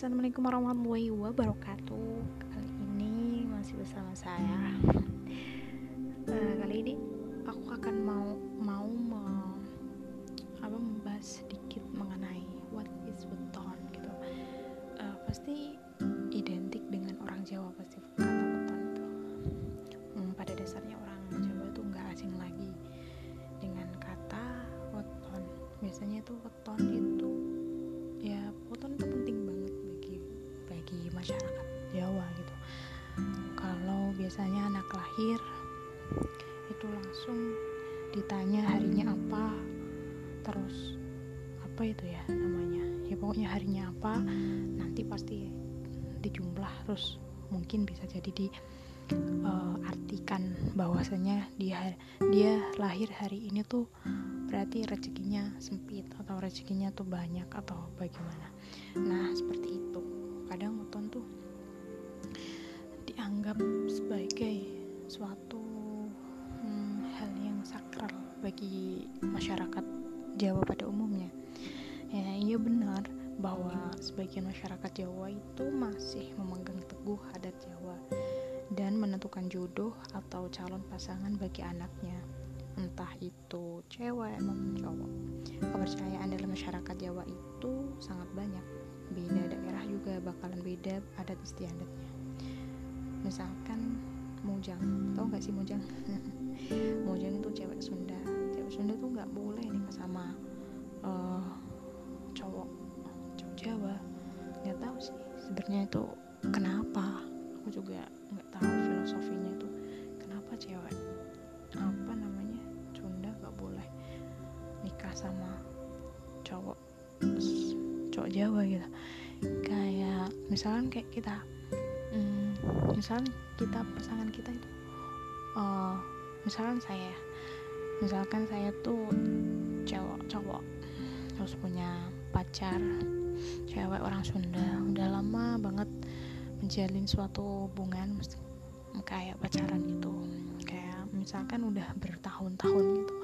Assalamualaikum warahmatullahi wabarakatuh. Kali ini masih bersama saya. Kali ini aku akan mau membahas sedikit mengenai what is weton gitu. Pasti identik dengan orang Jawa pasti kata weton itu. Pada dasarnya orang Jawa itu nggak asing lagi dengan kata weton. Biasanya itu weton itu penting banget bagi masyarakat Jawa gitu. Kalau biasanya anak lahir itu langsung ditanya harinya apa, terus apa itu ya namanya, ya pokoknya harinya apa, nanti pasti dijumlah, terus mungkin bisa jadi artikan bahwasanya dia lahir hari ini tuh berarti rezekinya sempit atau rezekinya tuh banyak atau bagaimana. Nah seperti itu. Kadang weton tuh dianggap sebagai suatu hal yang sakral bagi masyarakat Jawa pada umumnya. Ya iya benar bahwa sebagian masyarakat Jawa itu masih memegang teguh adat Jawa dan menentukan jodoh atau calon pasangan bagi anaknya, entah itu cewek maupun cowok. Kepercayaan dalam masyarakat Jawa itu sangat banyak. Beda daerah juga bakalan beda adat istiadatnya. Misalkan Mojang, tau gak sih Mojang? Mojang itu cewek Sunda tuh nggak boleh nikah sama cowok Jawa. Nggak tahu sih sebenarnya itu kenapa. Aku juga nggak tahu filosofinya itu kenapa cewek Sunda nggak boleh nikah sama cowok Jawa gitu. Kayak misalkan kayak kita misalkan pasangan kita itu misalkan saya tuh cowok terus punya pacar cewek orang Sunda, udah lama banget menjalin suatu hubungan kayak pacaran gitu, kayak misalkan udah bertahun-tahun gitu,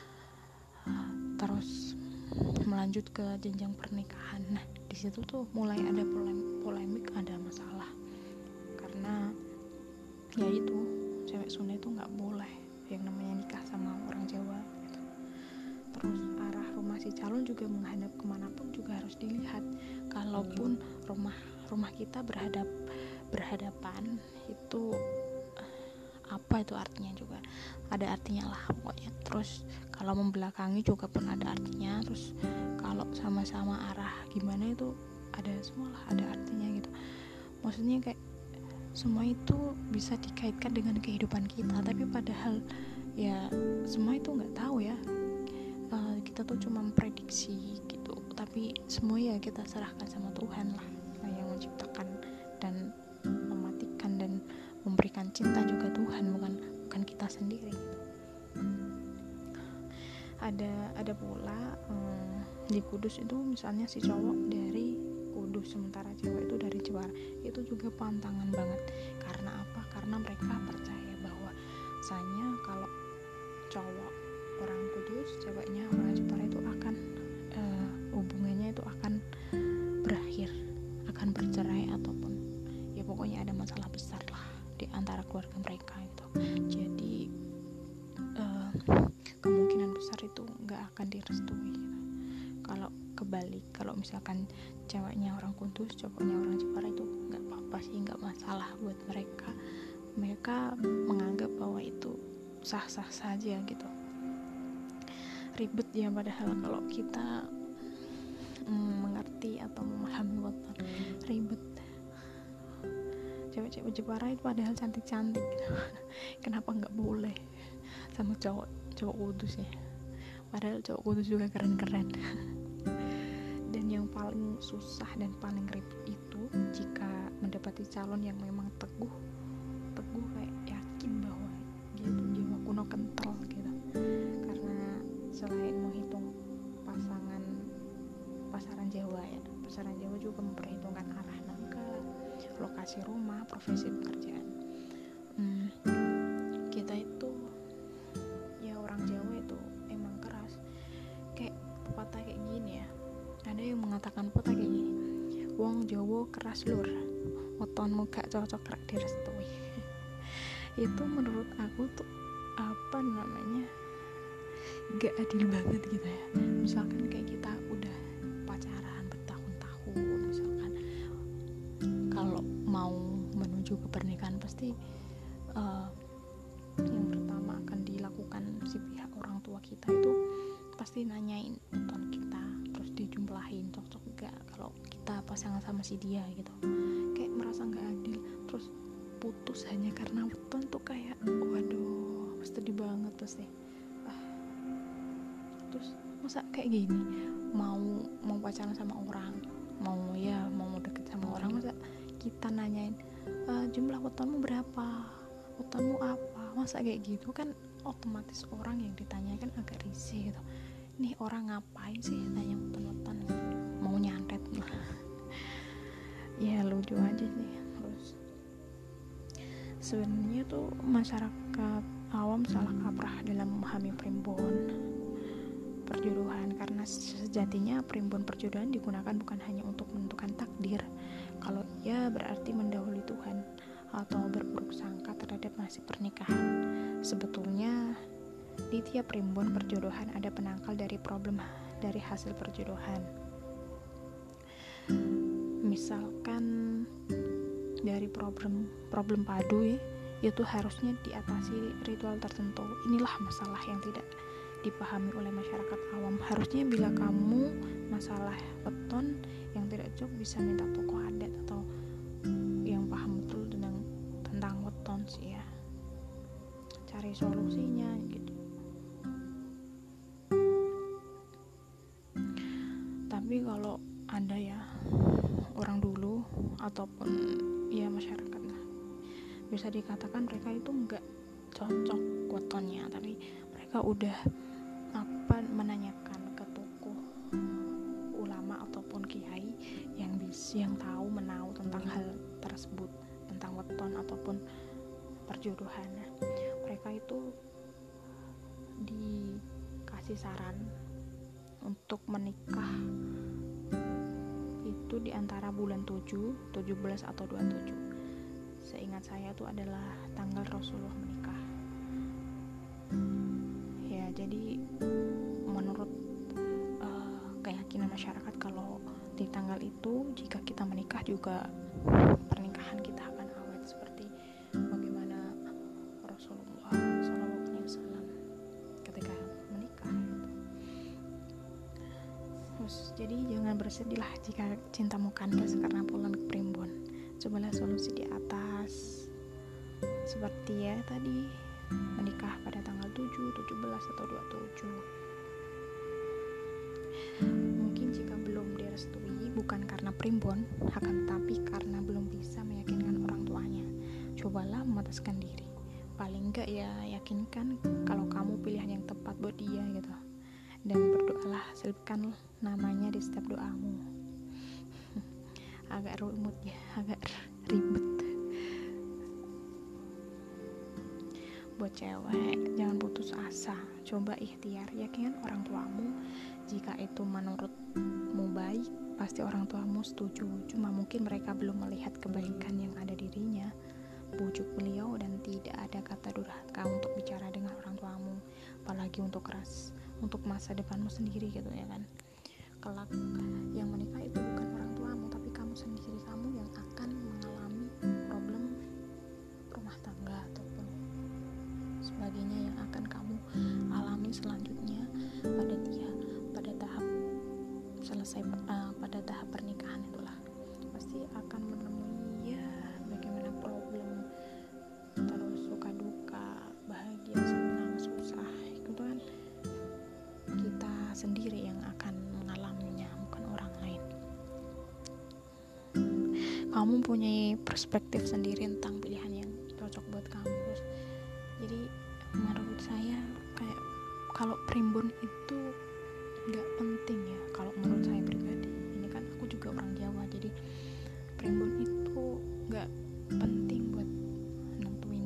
terus melanjut ke jenjang pernikahan. Nah di situ tuh mulai ada polemik, ada masalah karena ya itu cewek Sunda itu nggak boleh yang namanya nikah sama orang Jawa gitu. Terus arah rumah si calon juga menghadap kemanapun juga harus dilihat. Kalaupun rumah kita berhadapan itu apa itu artinya juga ada artinya lah pokoknya. Terus kalau membelakangi juga pun ada artinya. Terus kalau sama-sama arah gimana itu ada semua lah, ada artinya gitu. Maksudnya kayak semua itu bisa dikaitkan dengan kehidupan kita, tapi padahal ya semua itu nggak tahu ya. Kita tuh cuma memprediksi gitu, tapi semua ya kita serahkan sama Tuhan lah yang menciptakan dan mematikan dan memberikan cinta juga Tuhan, bukan kita sendiri gitu. Ada pula di Kudus itu misalnya si cowok dari Kudus sementara cewek itu dari Jepara, itu juga pantangan banget. Karena apa? Karena mereka percaya bahwa misalnya kalau cowok orang Kudus, ceweknya orang Jepara itu akan hubungannya itu akan berakhir, akan bercerai ataupun ya pokoknya ada masalah besar lah di antara keluarga mereka gitu. Jadi kemungkinan besar itu nggak akan direstui gitu. Kalau kebalik, kalau misalkan ceweknya orang Kudus, cowoknya orang Jepara itu nggak apa-apa sih, nggak masalah buat mereka menganggap bahwa itu sah-sah saja gitu. Ribet ya padahal kalau kita mengerti atau memahami weton ribet. Cewek-cewek Jepara itu padahal cantik-cantik gitu. Kenapa nggak boleh sama cowok Kudus ya? Padahal cowok Kudus juga keren-keren. Dan yang paling susah dan paling ribet itu jika mendapati calon yang memang teguh kayak yakin bahwa dia tuh jiwa kuno kental gitu. Karena selain menghitung pasaran Jawa juga memperhitungkan arah nangka, lokasi rumah, profesi pekerjaan. Kita itu ya orang Jawa itu emang keras. Kayak pepatah kayak gini ya, ada yang mengatakan pepatah kayak gini, wong Jawa keras lur, wetonmu gak cocok rek direstui. Itu menurut aku tuh gak adil banget gitu ya. Misalkan kayak kita udah pacaran bertahun-tahun, misalkan kalau mau menuju ke pernikahan pasti yang pertama akan dilakukan si pihak orang tua kita itu pasti nanyain weton kita, terus dijumlahin cocok gak kalau kita pasangan sama si dia gitu. Kayak merasa gak adil, terus putus hanya karena weton tuh kayak waduh sedih banget pasti. Terus masa kayak gini mau pacaran sama orang, mau deket sama orang, masa kita nanyain jumlah wetonmu berapa, wetonmu apa, masa kayak gitu kan otomatis orang yang ditanyakan agak risih gitu. Nih orang ngapain sih tanya weton-weton, mau nyantet ya lucu aja sih. Terus sebenarnya tuh masyarakat awam salah kaprah dalam memahami primbon perjodohan, karena sejatinya primbon perjodohan digunakan bukan hanya untuk menentukan takdir. Kalau iya berarti mendahului Tuhan atau berburuk sangka terhadap nasib pernikahan. Sebetulnya di tiap primbon perjodohan ada penangkal dari problem dari hasil perjodohan. Misalkan dari problem padu itu harusnya diatasi ritual tertentu. Inilah masalah yang tidak dipahami oleh masyarakat awam. Harusnya bila kamu masalah weton yang tidak cocok bisa minta tokoh adat atau yang paham betul tentang weton sih ya, cari solusinya gitu. Tapi kalau ada ya orang dulu ataupun ya masyarakat lah, bisa dikatakan mereka itu nggak cocok wetonnya, tapi mereka udah menanyakan ke tokoh ulama ataupun kiai yang tahu menahu tentang hal tersebut, tentang weton ataupun perjodohan. Mereka itu dikasih saran untuk menikah itu di antara bulan 7, 17 atau 27. Seingat saya itu adalah tanggal Rasulullah menikah. Ya, jadi menurut keyakinan masyarakat kalau di tanggal itu jika kita menikah juga pernikahan kita akan awet seperti bagaimana Rasulullah SAW ketika menikah gitu. Terus jadi jangan bersedihlah jika cintamu kandas karena pulang ke primbon. Cobalah solusi di atas seperti ya tadi, menikah pada tanggal 7, 17 atau 27. Mungkin jika belum direstui bukan karena primbon, akan tetapi karena belum bisa meyakinkan orang tuanya. Cobalah memutuskan diri. Paling enggak ya yakinkan kalau kamu pilihan yang tepat buat dia gitu. Dan berdoalah, selipkan namanya di setiap doamu. Agak rumit ya, agak ribet. Buat cewek, jangan putus asa. Coba ikhtiar, yakinkan orang tuamu. Jika itu menurutmu baik, pasti orang tuamu setuju. Cuma mungkin mereka belum melihat kebaikan yang ada dirinya. Bujuk beliau dan tidak ada kata durhaka untuk bicara dengan orang tuamu, apalagi untuk masa depanmu sendiri gitu ya kan. Kelak yang menikah itu bukan orang tuamu, tapi kamu sendiri, kamu yang akan mengalami problem rumah tangga ataupun sebagainya yang akan kamu alami selanjutnya pada tahap pernikahan itulah. Pasti akan menemui ya bagaimana problem, terus suka duka, bahagia, senang, susah, itu kan kita sendiri yang akan mengalaminya, bukan orang lain. Kamu punya perspektif sendiri tentang pilihan yang cocok buat kamu. Terus jadi menurut saya kayak kalau primbon itu nggak penting ya, kalau menurut saya pribadi. Ini kan aku juga orang Jawa, jadi primbon itu nggak penting buat nentuin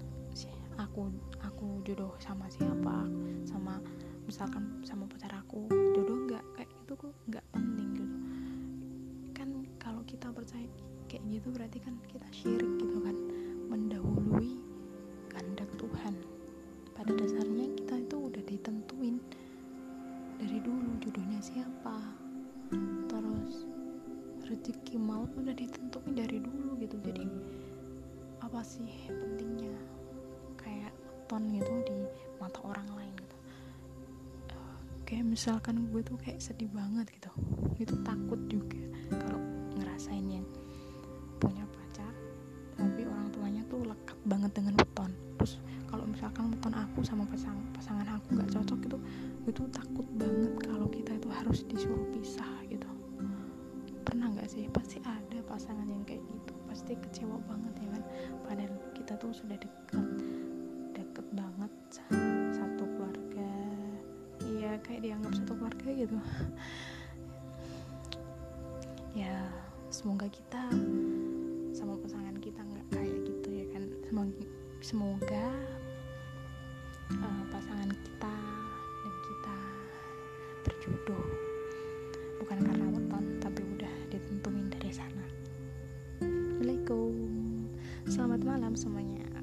aku jodoh sama siapa, sama misalkan sama pacar aku jodoh nggak, kayak itu kok nggak penting gitu kan. kan kalau kita percaya kayak gitu berarti kan kita syirik gitu kan, mendahului kehendak Tuhan. Pada dasarnya kita itu udah ditentuin dari dulu jodohnya siapa, terus rezeki maut udah ditentuin dari dulu gitu. Jadi apa sih pentingnya kayak ton gitu di mata orang lain gitu. Kayak misalkan gue tuh kayak sedih banget gitu, itu takut juga kalau ngerasain yang punya pacar tapi orang tuanya tuh lekat banget dengan weton. Terus kalau misalkan weton aku sama pasangan aku nggak cocok gitu, gue tuh takut banget kalau kita itu harus disuruh pisah gitu. Pernah nggak sih? Pasti ada pasangan yang kayak gitu, pasti kecewa banget ya kan, padahal kita tuh sudah deket banget, satu keluarga, iya kayak dianggap satu keluarga gitu. Ya semoga kita sama pasangan kita nggak kayak gitu ya kan. Semoga pasangan kita dan kita berjodoh bukan karena weton tapi udah ditentuin dari sana. Assalamualaikum, selamat malam semuanya.